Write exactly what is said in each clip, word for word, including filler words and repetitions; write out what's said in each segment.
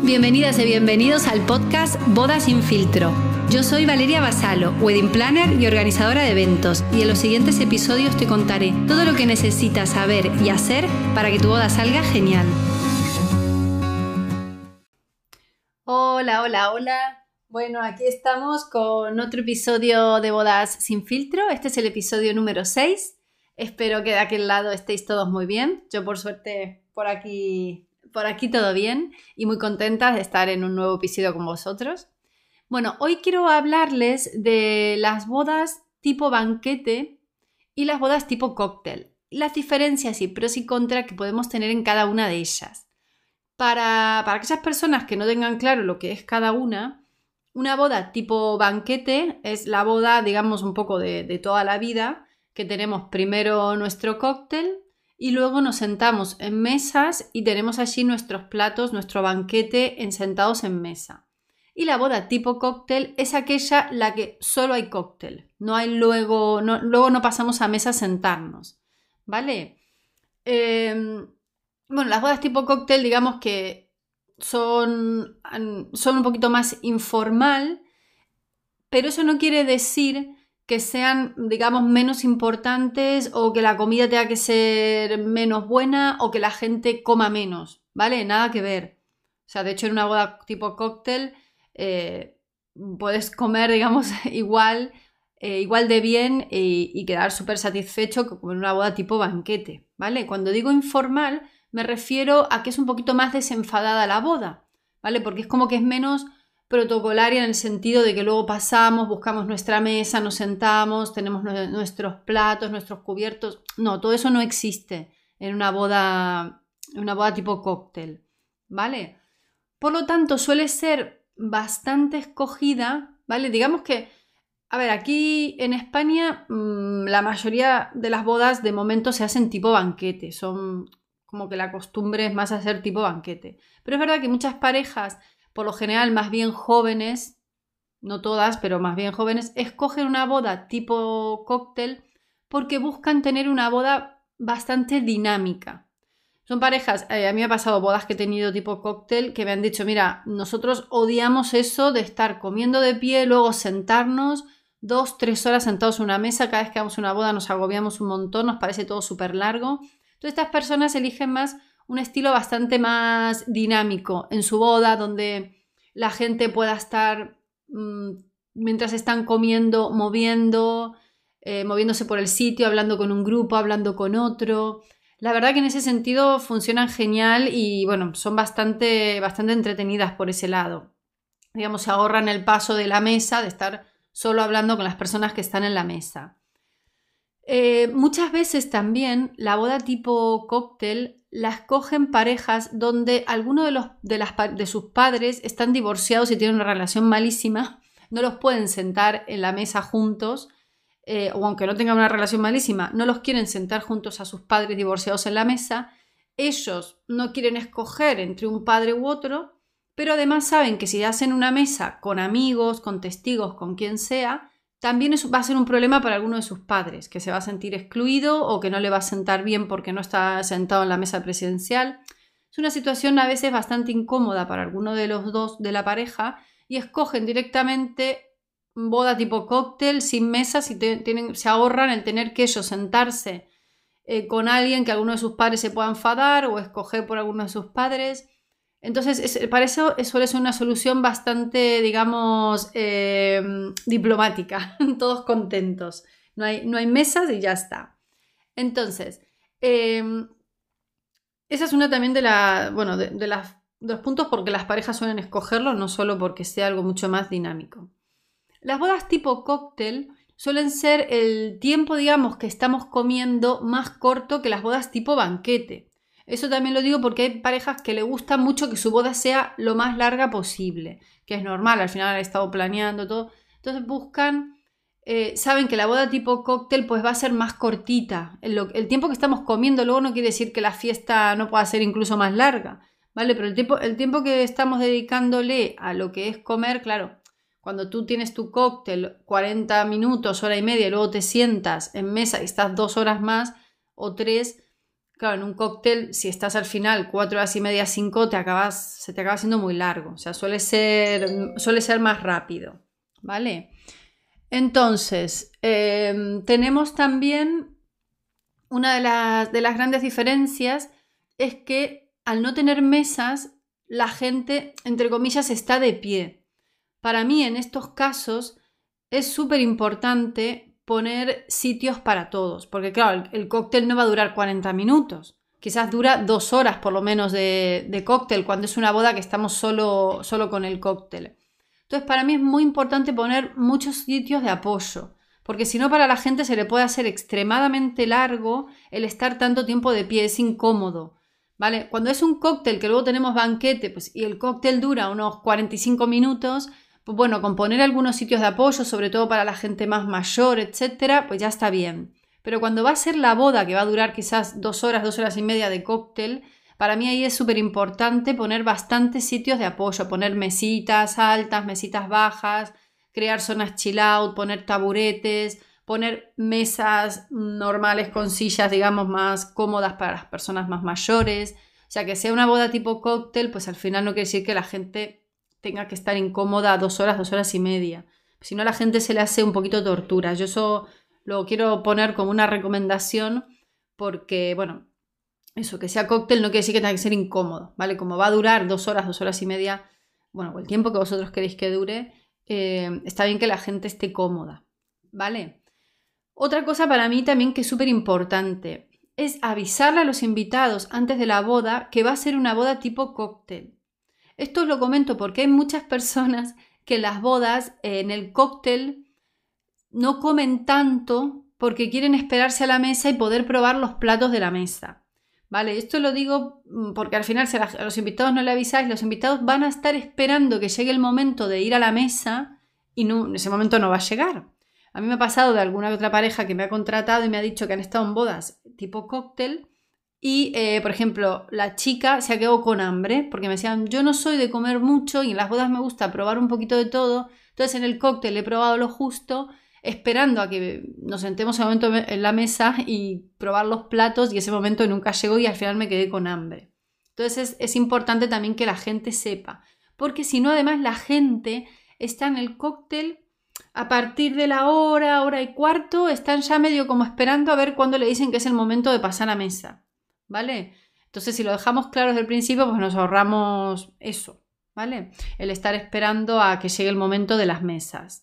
Bienvenidas y bienvenidos al podcast Bodas sin filtro. Yo soy Valeria Vasalo, wedding planner y organizadora de eventos, y en los siguientes episodios te contaré todo lo que necesitas saber y hacer para que tu boda salga genial. Hola, hola, hola. Bueno, aquí estamos con otro episodio de Bodas sin filtro. Este es el episodio número seis. Espero que de aquel lado estéis todos muy bien. Yo, por suerte, por aquí... Por aquí todo bien y muy contenta de estar en un nuevo episodio con vosotros. Bueno, hoy quiero hablarles de las bodas tipo banquete y las bodas tipo cóctel. Las diferencias y pros y contras que podemos tener en cada una de ellas. Para, para aquellas personas que no tengan claro lo que es cada una, una boda tipo banquete es la boda, digamos, un poco de, de toda la vida, que tenemos primero nuestro cóctel, y luego nos sentamos en mesas y tenemos allí nuestros platos, nuestro banquete en sentados en mesa. Y la boda tipo cóctel es aquella la que solo hay cóctel. No hay luego, no, luego no pasamos a mesa a sentarnos. ¿Vale? Eh, bueno, las bodas tipo cóctel, digamos que son, son un poquito más informal, pero eso no quiere decir que sean, digamos, menos importantes o que la comida tenga que ser menos buena o que la gente coma menos, ¿vale? Nada que ver. O sea, de hecho, en una boda tipo cóctel eh, puedes comer, digamos, igual, eh, igual de bien y, y quedar súper satisfecho como en una boda tipo banquete, ¿vale? Cuando digo informal, me refiero a que es un poquito más desenfadada la boda, ¿vale? Porque es como que es menos protocolaria en el sentido de que luego pasamos, buscamos nuestra mesa, nos sentamos, tenemos nuestros platos, nuestros cubiertos. No, todo eso no existe en una boda, en una boda tipo cóctel, ¿vale? Por lo tanto, suele ser bastante escogida, ¿vale? Digamos que, a ver, aquí en España mmm, la mayoría de las bodas de momento se hacen tipo banquete, son como que la costumbre es más hacer tipo banquete. Pero es verdad que muchas parejas, por lo general más bien jóvenes, no todas, pero más bien jóvenes, escogen una boda tipo cóctel porque buscan tener una boda bastante dinámica. Son parejas, eh, a mí me ha pasado bodas que he tenido tipo cóctel que me han dicho, mira, nosotros odiamos eso de estar comiendo de pie, luego sentarnos dos, tres horas sentados en una mesa, cada vez que vamos a una boda nos agobiamos un montón, nos parece todo súper largo. Entonces estas personas eligen más un estilo bastante más dinámico en su boda, donde la gente pueda estar mmm, mientras están comiendo, moviendo, eh, moviéndose por el sitio, hablando con un grupo, hablando con otro. La verdad que en ese sentido funcionan genial y bueno, son bastante, bastante entretenidas por ese lado. Digamos, se ahorran el paso de la mesa, de estar solo hablando con las personas que están en la mesa. Eh, muchas veces también la boda tipo cóctel la escogen parejas donde alguno de, los, de, las, de sus padres están divorciados y tienen una relación malísima, no los pueden sentar en la mesa juntos, eh, o aunque no tengan una relación malísima, no los quieren sentar juntos a sus padres divorciados en la mesa. Ellos no quieren escoger entre un padre u otro, pero además saben que si hacen una mesa con amigos, con testigos, con quien sea, también es, va a ser un problema para alguno de sus padres, que se va a sentir excluido o que no le va a sentar bien porque no está sentado en la mesa presidencial. Es una situación a veces bastante incómoda para alguno de los dos de la pareja y escogen directamente boda tipo cóctel sin mesas y te, tienen, se ahorran el tener que ellos sentarse eh, con alguien que alguno de sus padres se pueda enfadar o escoger por alguno de sus padres. Entonces, es, para eso suele ser una solución bastante, digamos, eh, diplomática. Todos contentos. No hay, no hay mesas y ya está. Entonces, eh, esa es una también de, la, bueno, de, de, las, de los puntos por que las parejas suelen escogerlo, no solo porque sea algo mucho más dinámico. Las bodas tipo cóctel suelen ser el tiempo, digamos, que estamos comiendo más corto que las bodas tipo banquete. Eso también lo digo porque hay parejas que le gusta mucho que su boda sea lo más larga posible, que es normal, al final han estado planeando todo. Entonces buscan, eh, saben que la boda tipo cóctel pues va a ser más cortita. El, el tiempo que estamos comiendo luego no quiere decir que la fiesta no pueda ser incluso más larga, ¿vale? Pero el tiempo, el tiempo que estamos dedicándole a lo que es comer, claro, cuando tú tienes tu cóctel cuarenta minutos, hora y media, y luego te sientas en mesa y estás dos horas más o tres, claro, en un cóctel, si estás al final cuatro horas y media, cinco, te acabas, se te acaba haciendo muy largo. O sea, suele ser, suele ser más rápido, ¿vale? Entonces, eh, tenemos también una de las, de las grandes diferencias es que al no tener mesas, la gente, entre comillas, está de pie. Para mí, en estos casos, es súper importante poner sitios para todos, porque claro, el, el cóctel no va a durar cuarenta minutos, quizás dura dos horas por lo menos de, de cóctel, cuando es una boda que estamos solo, solo con el cóctel. Entonces, para mí es muy importante poner muchos sitios de apoyo, porque si no, para la gente se le puede hacer extremadamente largo el estar tanto tiempo de pie, es incómodo, ¿vale? Cuando es un cóctel que luego tenemos banquete, pues, y el cóctel dura unos cuarenta y cinco minutos, pues bueno, con poner algunos sitios de apoyo, sobre todo para la gente más mayor, etcétera, pues ya está bien. Pero cuando va a ser la boda, que va a durar quizás dos horas, dos horas y media de cóctel, para mí ahí es súper importante poner bastantes sitios de apoyo, poner mesitas altas, mesitas bajas, crear zonas chill out, poner taburetes, poner mesas normales con sillas, digamos, más cómodas para las personas más mayores. O sea, que sea una boda tipo cóctel, pues al final no quiere decir que la gente tenga que estar incómoda dos horas, dos horas y media. Si no, a la gente se le hace un poquito tortura. Yo eso lo quiero poner como una recomendación porque, bueno, eso, que sea cóctel no quiere decir que tenga que ser incómodo, ¿vale? Como va a durar dos horas, dos horas y media, bueno, o el tiempo que vosotros queréis que dure, eh, está bien que la gente esté cómoda, ¿vale? Otra cosa para mí también que es súper importante es avisarle a los invitados antes de la boda que va a ser una boda tipo cóctel. Esto os lo comento porque hay muchas personas que en las bodas, eh, en el cóctel, no comen tanto porque quieren esperarse a la mesa y poder probar los platos de la mesa. ¿Vale? Esto lo digo porque al final si a los invitados no le avisáis, los invitados van a estar esperando que llegue el momento de ir a la mesa y no, en ese momento no va a llegar. A mí me ha pasado de alguna otra pareja que me ha contratado y me ha dicho que han estado en bodas tipo cóctel y, eh, por ejemplo, la chica se ha quedado con hambre porque me decían, yo no soy de comer mucho y en las bodas me gusta probar un poquito de todo, entonces en el cóctel he probado lo justo, esperando a que nos sentemos un momento en la mesa y probar los platos y ese momento nunca llegó y al final me quedé con hambre. Entonces es, es importante también que la gente sepa, porque si no además la gente está en el cóctel a partir de la hora, hora y cuarto, están ya medio como esperando a ver cuándo le dicen que es el momento de pasar a mesa, ¿vale? Entonces si lo dejamos claro desde el principio, pues nos ahorramos eso, ¿vale? El estar esperando a que llegue el momento de las mesas.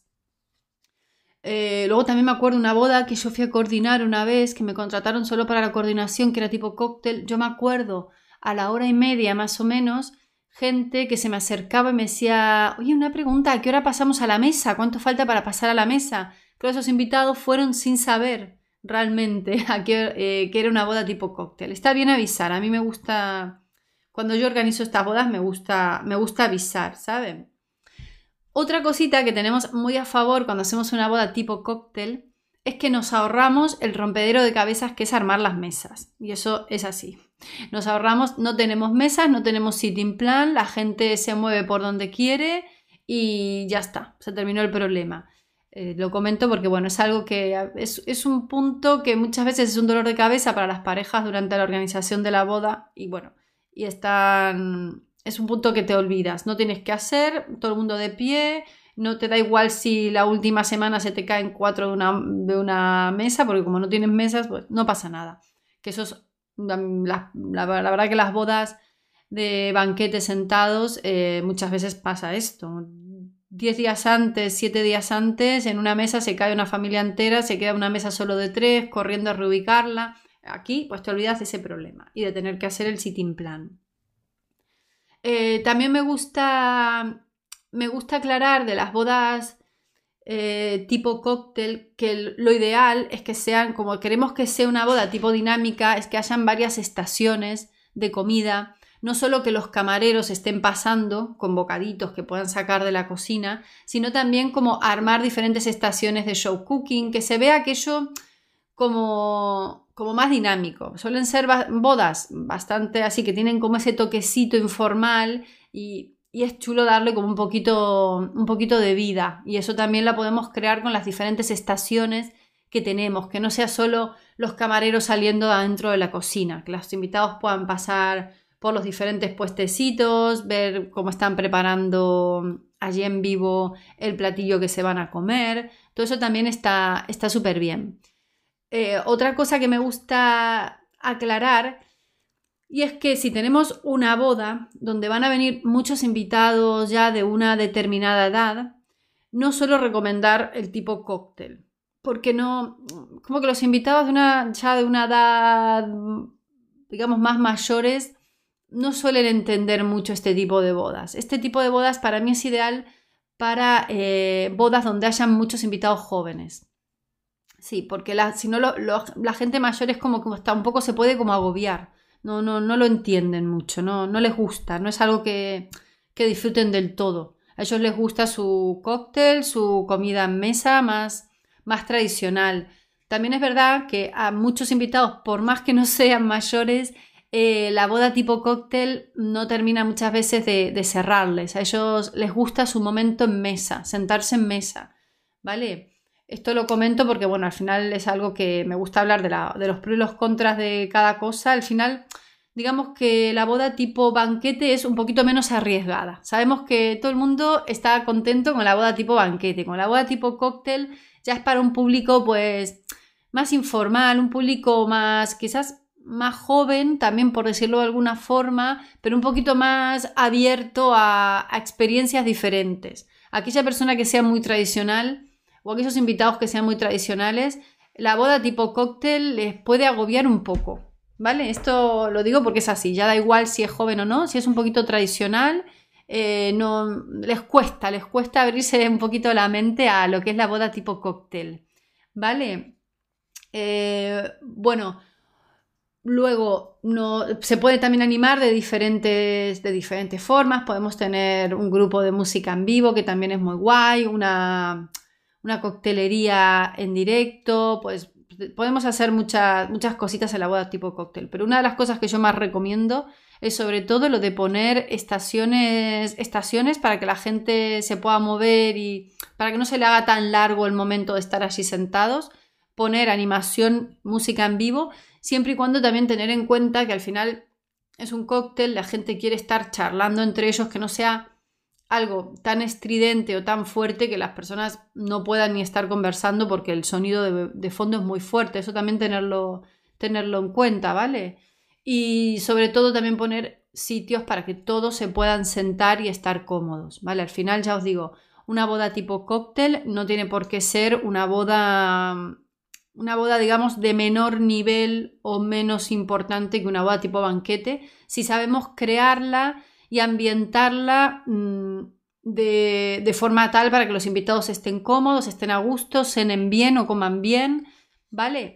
Eh, luego también me acuerdo una boda que yo fui a coordinar una vez, que me contrataron solo para la coordinación, que era tipo cóctel. Yo me acuerdo a la hora y media más o menos, gente que se me acercaba y me decía, oye, una pregunta, ¿a qué hora pasamos a la mesa? ¿Cuánto falta para pasar a la mesa? Pero esos invitados fueron sin saber realmente a qué, eh, que era una boda tipo cóctel. Está bien avisar, a mí me gusta, cuando yo organizo estas bodas me gusta, me gusta avisar, ¿saben? Otra cosita que tenemos muy a favor cuando hacemos una boda tipo cóctel es que nos ahorramos el rompedero de cabezas que es armar las mesas. Y eso es así. Nos ahorramos, no tenemos mesas, no tenemos sitting plan, la gente se mueve por donde quiere y ya está, se terminó el problema. Eh, lo comento porque bueno, es algo que es, es un punto que muchas veces es un dolor de cabeza para las parejas durante la organización de la boda y bueno, y están... Es un punto que te olvidas, no tienes que hacer, todo el mundo de pie, no te da igual si la última semana se te caen cuatro de una, de una mesa, porque como no tienes mesas, pues no pasa nada. Que eso es, la, la, la verdad que las bodas de banquetes sentados, eh, muchas veces pasa esto. Diez días antes, siete días antes, en una mesa se cae una familia entera, se queda una mesa solo de tres, corriendo a reubicarla. Aquí, pues te olvidas de ese problema y de tener que hacer el sitting plan. Eh, también me gusta, me gusta aclarar de las bodas eh, tipo cóctel que lo ideal es que sean, como queremos que sea una boda tipo dinámica, es que hayan varias estaciones de comida, no solo que los camareros estén pasando con bocaditos que puedan sacar de la cocina, sino también como armar diferentes estaciones de show cooking, que se vea aquello como... como más dinámico. Suelen ser bodas bastante así, que tienen como ese toquecito informal y, y es chulo darle como un poquito, un poquito de vida y eso también la podemos crear con las diferentes estaciones que tenemos, que no sea solo los camareros saliendo de adentro de la cocina, que los invitados puedan pasar por los diferentes puestecitos, ver cómo están preparando allí en vivo el platillo que se van a comer. Todo eso también está está súper bien. Eh, otra cosa que me gusta aclarar, y es que si tenemos una boda donde van a venir muchos invitados ya de una determinada edad, no suelo recomendar el tipo cóctel, porque no, como que los invitados de una, ya de una edad, digamos, más mayores, no suelen entender mucho este tipo de bodas. Este tipo de bodas para mí es ideal para eh, bodas donde hayan muchos invitados jóvenes. Sí, porque la, si no lo, lo, la gente mayor es como que está un poco se puede como agobiar. No, no, no lo entienden mucho, no, no les gusta, no es algo que, que disfruten del todo. A ellos les gusta su cóctel, su comida en mesa más, más tradicional. También es verdad que a muchos invitados, por más que no sean mayores, eh, la boda tipo cóctel no termina muchas veces de, de cerrarles. A ellos les gusta su momento en mesa, sentarse en mesa, ¿vale? Esto lo comento porque, bueno, al final es algo que me gusta hablar de, la, de los pros y los contras de cada cosa. Al final, digamos que la boda tipo banquete es un poquito menos arriesgada. Sabemos que todo el mundo está contento con la boda tipo banquete. Con la boda tipo cóctel ya es para un público, pues, más informal, un público más, quizás más joven, también por decirlo de alguna forma, pero un poquito más abierto a, a experiencias diferentes. Aquella persona que sea muy tradicional o aquellos invitados que sean muy tradicionales, la boda tipo cóctel les puede agobiar un poco, ¿vale? Esto lo digo porque es así, ya da igual si es joven o no, si es un poquito tradicional, eh, no, les cuesta, les cuesta abrirse un poquito la mente a lo que es la boda tipo cóctel, ¿vale? Eh, bueno, luego no, se puede también animar de diferentes, de diferentes formas, podemos tener un grupo de música en vivo que también es muy guay, una... una coctelería en directo, pues podemos hacer muchas, muchas cositas en la boda tipo cóctel, pero una de las cosas que yo más recomiendo es sobre todo lo de poner estaciones, estaciones para que la gente se pueda mover y para que no se le haga tan largo el momento de estar allí sentados, poner animación, música en vivo, siempre y cuando también tener en cuenta que al final es un cóctel, la gente quiere estar charlando entre ellos, que no sea algo tan estridente o tan fuerte que las personas no puedan ni estar conversando porque el sonido de, de fondo es muy fuerte. Eso también tenerlo, tenerlo en cuenta, ¿vale? Y sobre todo también poner sitios para que todos se puedan sentar y estar cómodos, ¿vale? Al final ya os digo, una boda tipo cóctel no tiene por qué ser una boda, una boda digamos de menor nivel o menos importante que una boda tipo banquete, si sabemos crearla y ambientarla mmm, de, de forma tal para que los invitados estén cómodos, estén a gusto, cenen bien o coman bien, ¿vale?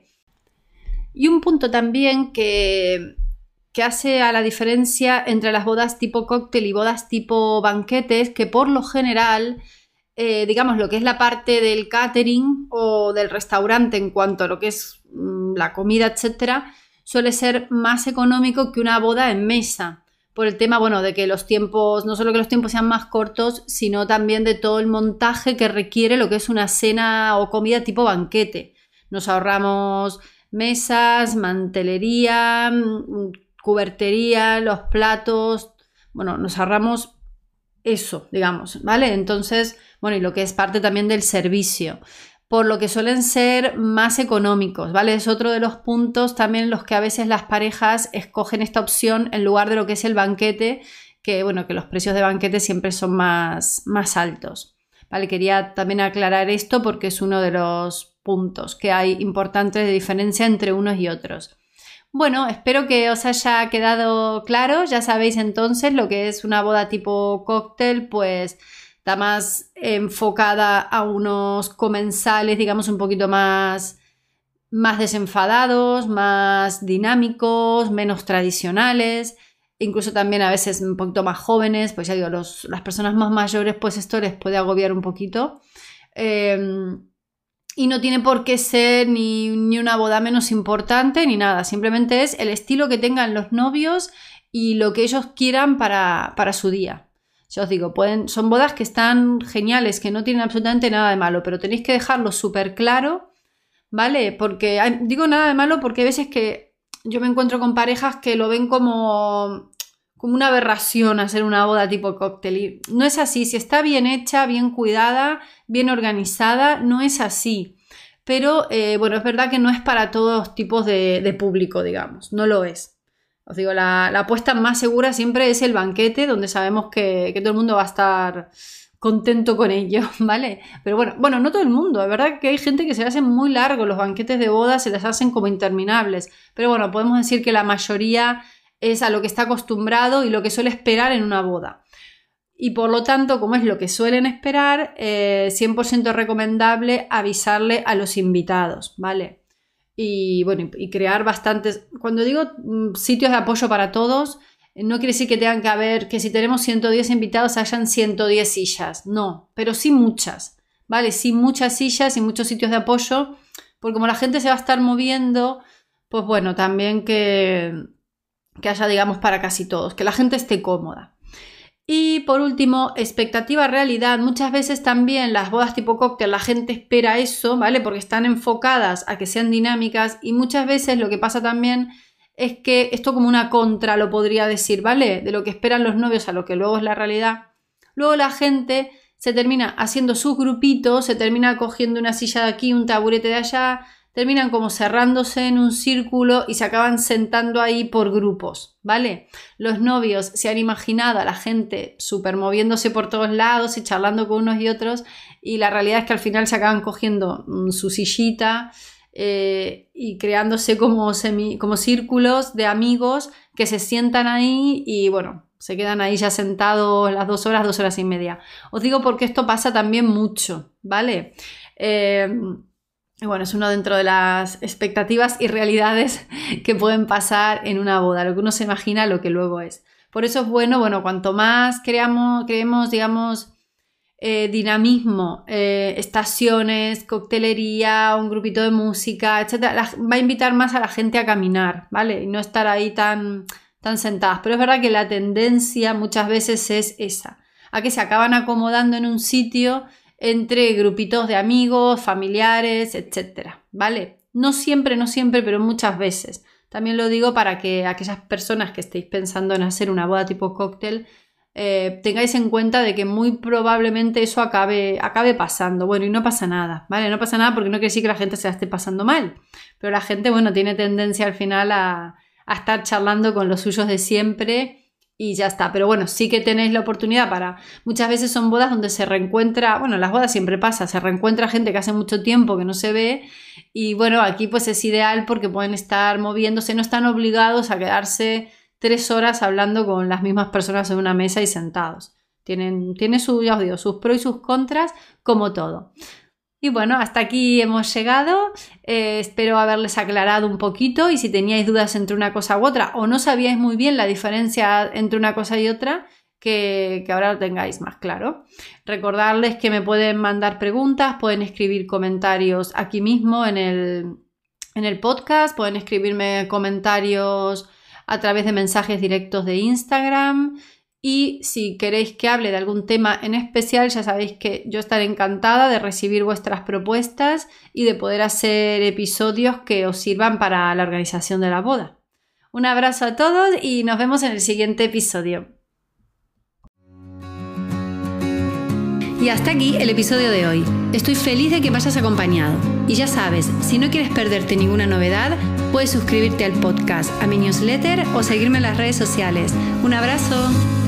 Y un punto también que, que hace a la diferencia entre las bodas tipo cóctel y bodas tipo banquete es que por lo general, eh, digamos, lo que es la parte del catering o del restaurante en cuanto a lo que es mmm, la comida, etcétera, suele ser más económico que una boda en mesa. Por el tema, bueno, de que los tiempos, no solo que los tiempos sean más cortos, sino también de todo el montaje que requiere lo que es una cena o comida tipo banquete. Nos ahorramos mesas, mantelería, cubertería, los platos, bueno, nos ahorramos eso, digamos, ¿vale? Entonces, bueno, y lo que es parte también del servicio, por lo que suelen ser más económicos, ¿vale? Es otro de los puntos también en los que a veces las parejas escogen esta opción en lugar de lo que es el banquete, que bueno, que los precios de banquete siempre son más, más altos, ¿vale? Quería también aclarar esto porque es uno de los puntos que hay importantes de diferencia entre unos y otros. Bueno, espero que os haya quedado claro, ya sabéis entonces lo que es una boda tipo cóctel, pues está más enfocada a unos comensales, digamos, un poquito más, más desenfadados, más dinámicos, menos tradicionales, incluso también a veces un poquito más jóvenes, pues ya digo, los, las personas más mayores, pues esto les puede agobiar un poquito. Eh, y no tiene por qué ser ni, ni una boda menos importante ni nada, simplemente es el estilo que tengan los novios y lo que ellos quieran para, para su día. Ya os digo, pueden, son bodas que están geniales, que no tienen absolutamente nada de malo, pero tenéis que dejarlo súper claro, ¿vale? Porque hay, digo nada de malo porque hay veces que yo me encuentro con parejas que lo ven como, como una aberración hacer una boda tipo cóctel. Y no es así. Si está bien hecha, bien cuidada, bien organizada, no es así. Pero, eh, bueno, es verdad que no es para todos tipos de, de público, digamos. No lo es. Os digo, la, la apuesta más segura siempre es el banquete, donde sabemos que, que todo el mundo va a estar contento con ello, ¿vale? Pero bueno, bueno, no todo el mundo, es verdad que hay gente que se le hacen muy largos, los banquetes de boda se les hacen como interminables, pero bueno, podemos decir que la mayoría es a lo que está acostumbrado y lo que suele esperar en una boda. Y por lo tanto, como es lo que suelen esperar, eh, cien por ciento recomendable avisarle a los invitados, ¿vale? Y bueno, y crear bastantes... Cuando digo sitios de apoyo para todos, no quiere decir que tengan que haber, que si tenemos ciento diez invitados hayan ciento diez sillas, no, pero sí muchas, ¿vale? Sí muchas sillas y muchos sitios de apoyo, porque como la gente se va a estar moviendo, pues bueno, también que, que haya, digamos, para casi todos, que la gente esté cómoda. Y por último, expectativa realidad. Muchas veces también las bodas tipo cóctel, la gente espera eso, ¿vale? Porque están enfocadas a que sean dinámicas y muchas veces lo que pasa también es que esto como una contra lo podría decir, ¿vale? De lo que esperan los novios a lo que luego es la realidad. Luego la gente se termina haciendo sus grupitos, se termina cogiendo una silla de aquí, un taburete de allá, terminan como cerrándose en un círculo y se acaban sentando ahí por grupos, ¿vale? Los novios se han imaginado a la gente súper moviéndose por todos lados y charlando con unos y otros y la realidad es que al final se acaban cogiendo mmm, su sillita, Eh, y creándose como, semi, como círculos de amigos que se sientan ahí y bueno, se quedan ahí ya sentados las dos horas, dos horas y media. Os digo porque esto pasa también mucho, ¿vale? Eh, y bueno, es uno dentro de las expectativas y realidades que pueden pasar en una boda, lo que uno se imagina, lo que luego es. Por eso es bueno, bueno, cuanto más creamos, creemos, digamos... Eh, dinamismo, eh, estaciones, coctelería, un grupito de música, etcétera, la, va a invitar más a la gente a caminar, ¿vale? Y no estar ahí tan, tan sentadas. Pero es verdad que la tendencia muchas veces es esa, a que se acaban acomodando en un sitio entre grupitos de amigos, familiares, etcétera, ¿vale? No siempre, no siempre, pero muchas veces. También lo digo para que aquellas personas que estéis pensando en hacer una boda tipo cóctel Eh, tengáis en cuenta de que muy probablemente eso acabe, acabe pasando. Bueno, y no pasa nada, ¿vale? No pasa nada porque no quiere decir que la gente se la esté pasando mal. Pero la gente, bueno, tiene tendencia al final a, a estar charlando con los suyos de siempre y ya está. Pero bueno, sí que tenéis la oportunidad para... Muchas veces son bodas donde se reencuentra... Bueno, en las bodas siempre pasa, se reencuentra gente que hace mucho tiempo que no se ve y bueno, aquí pues es ideal porque pueden estar moviéndose, no están obligados a quedarse... tres horas hablando con las mismas personas en una mesa y sentados. Tienen, tiene su, ya os digo, sus pros y sus contras, como todo. Y bueno, hasta aquí hemos llegado. Eh, espero haberles aclarado un poquito y si teníais dudas entre una cosa u otra o no sabíais muy bien la diferencia entre una cosa y otra, que, que ahora lo tengáis más claro. Recordarles que me pueden mandar preguntas, pueden escribir comentarios aquí mismo en el, en el podcast, pueden escribirme comentarios a través de mensajes directos de Instagram y si queréis que hable de algún tema en especial ya sabéis que yo estaré encantada de recibir vuestras propuestas y de poder hacer episodios que os sirvan para la organización de la boda. Un abrazo a todos y nos vemos en el siguiente episodio. Y hasta aquí el episodio de hoy. Estoy feliz de que me hayas acompañado. Y ya sabes, si no quieres perderte ninguna novedad, puedes suscribirte al podcast, a mi newsletter o seguirme en las redes sociales. Un abrazo.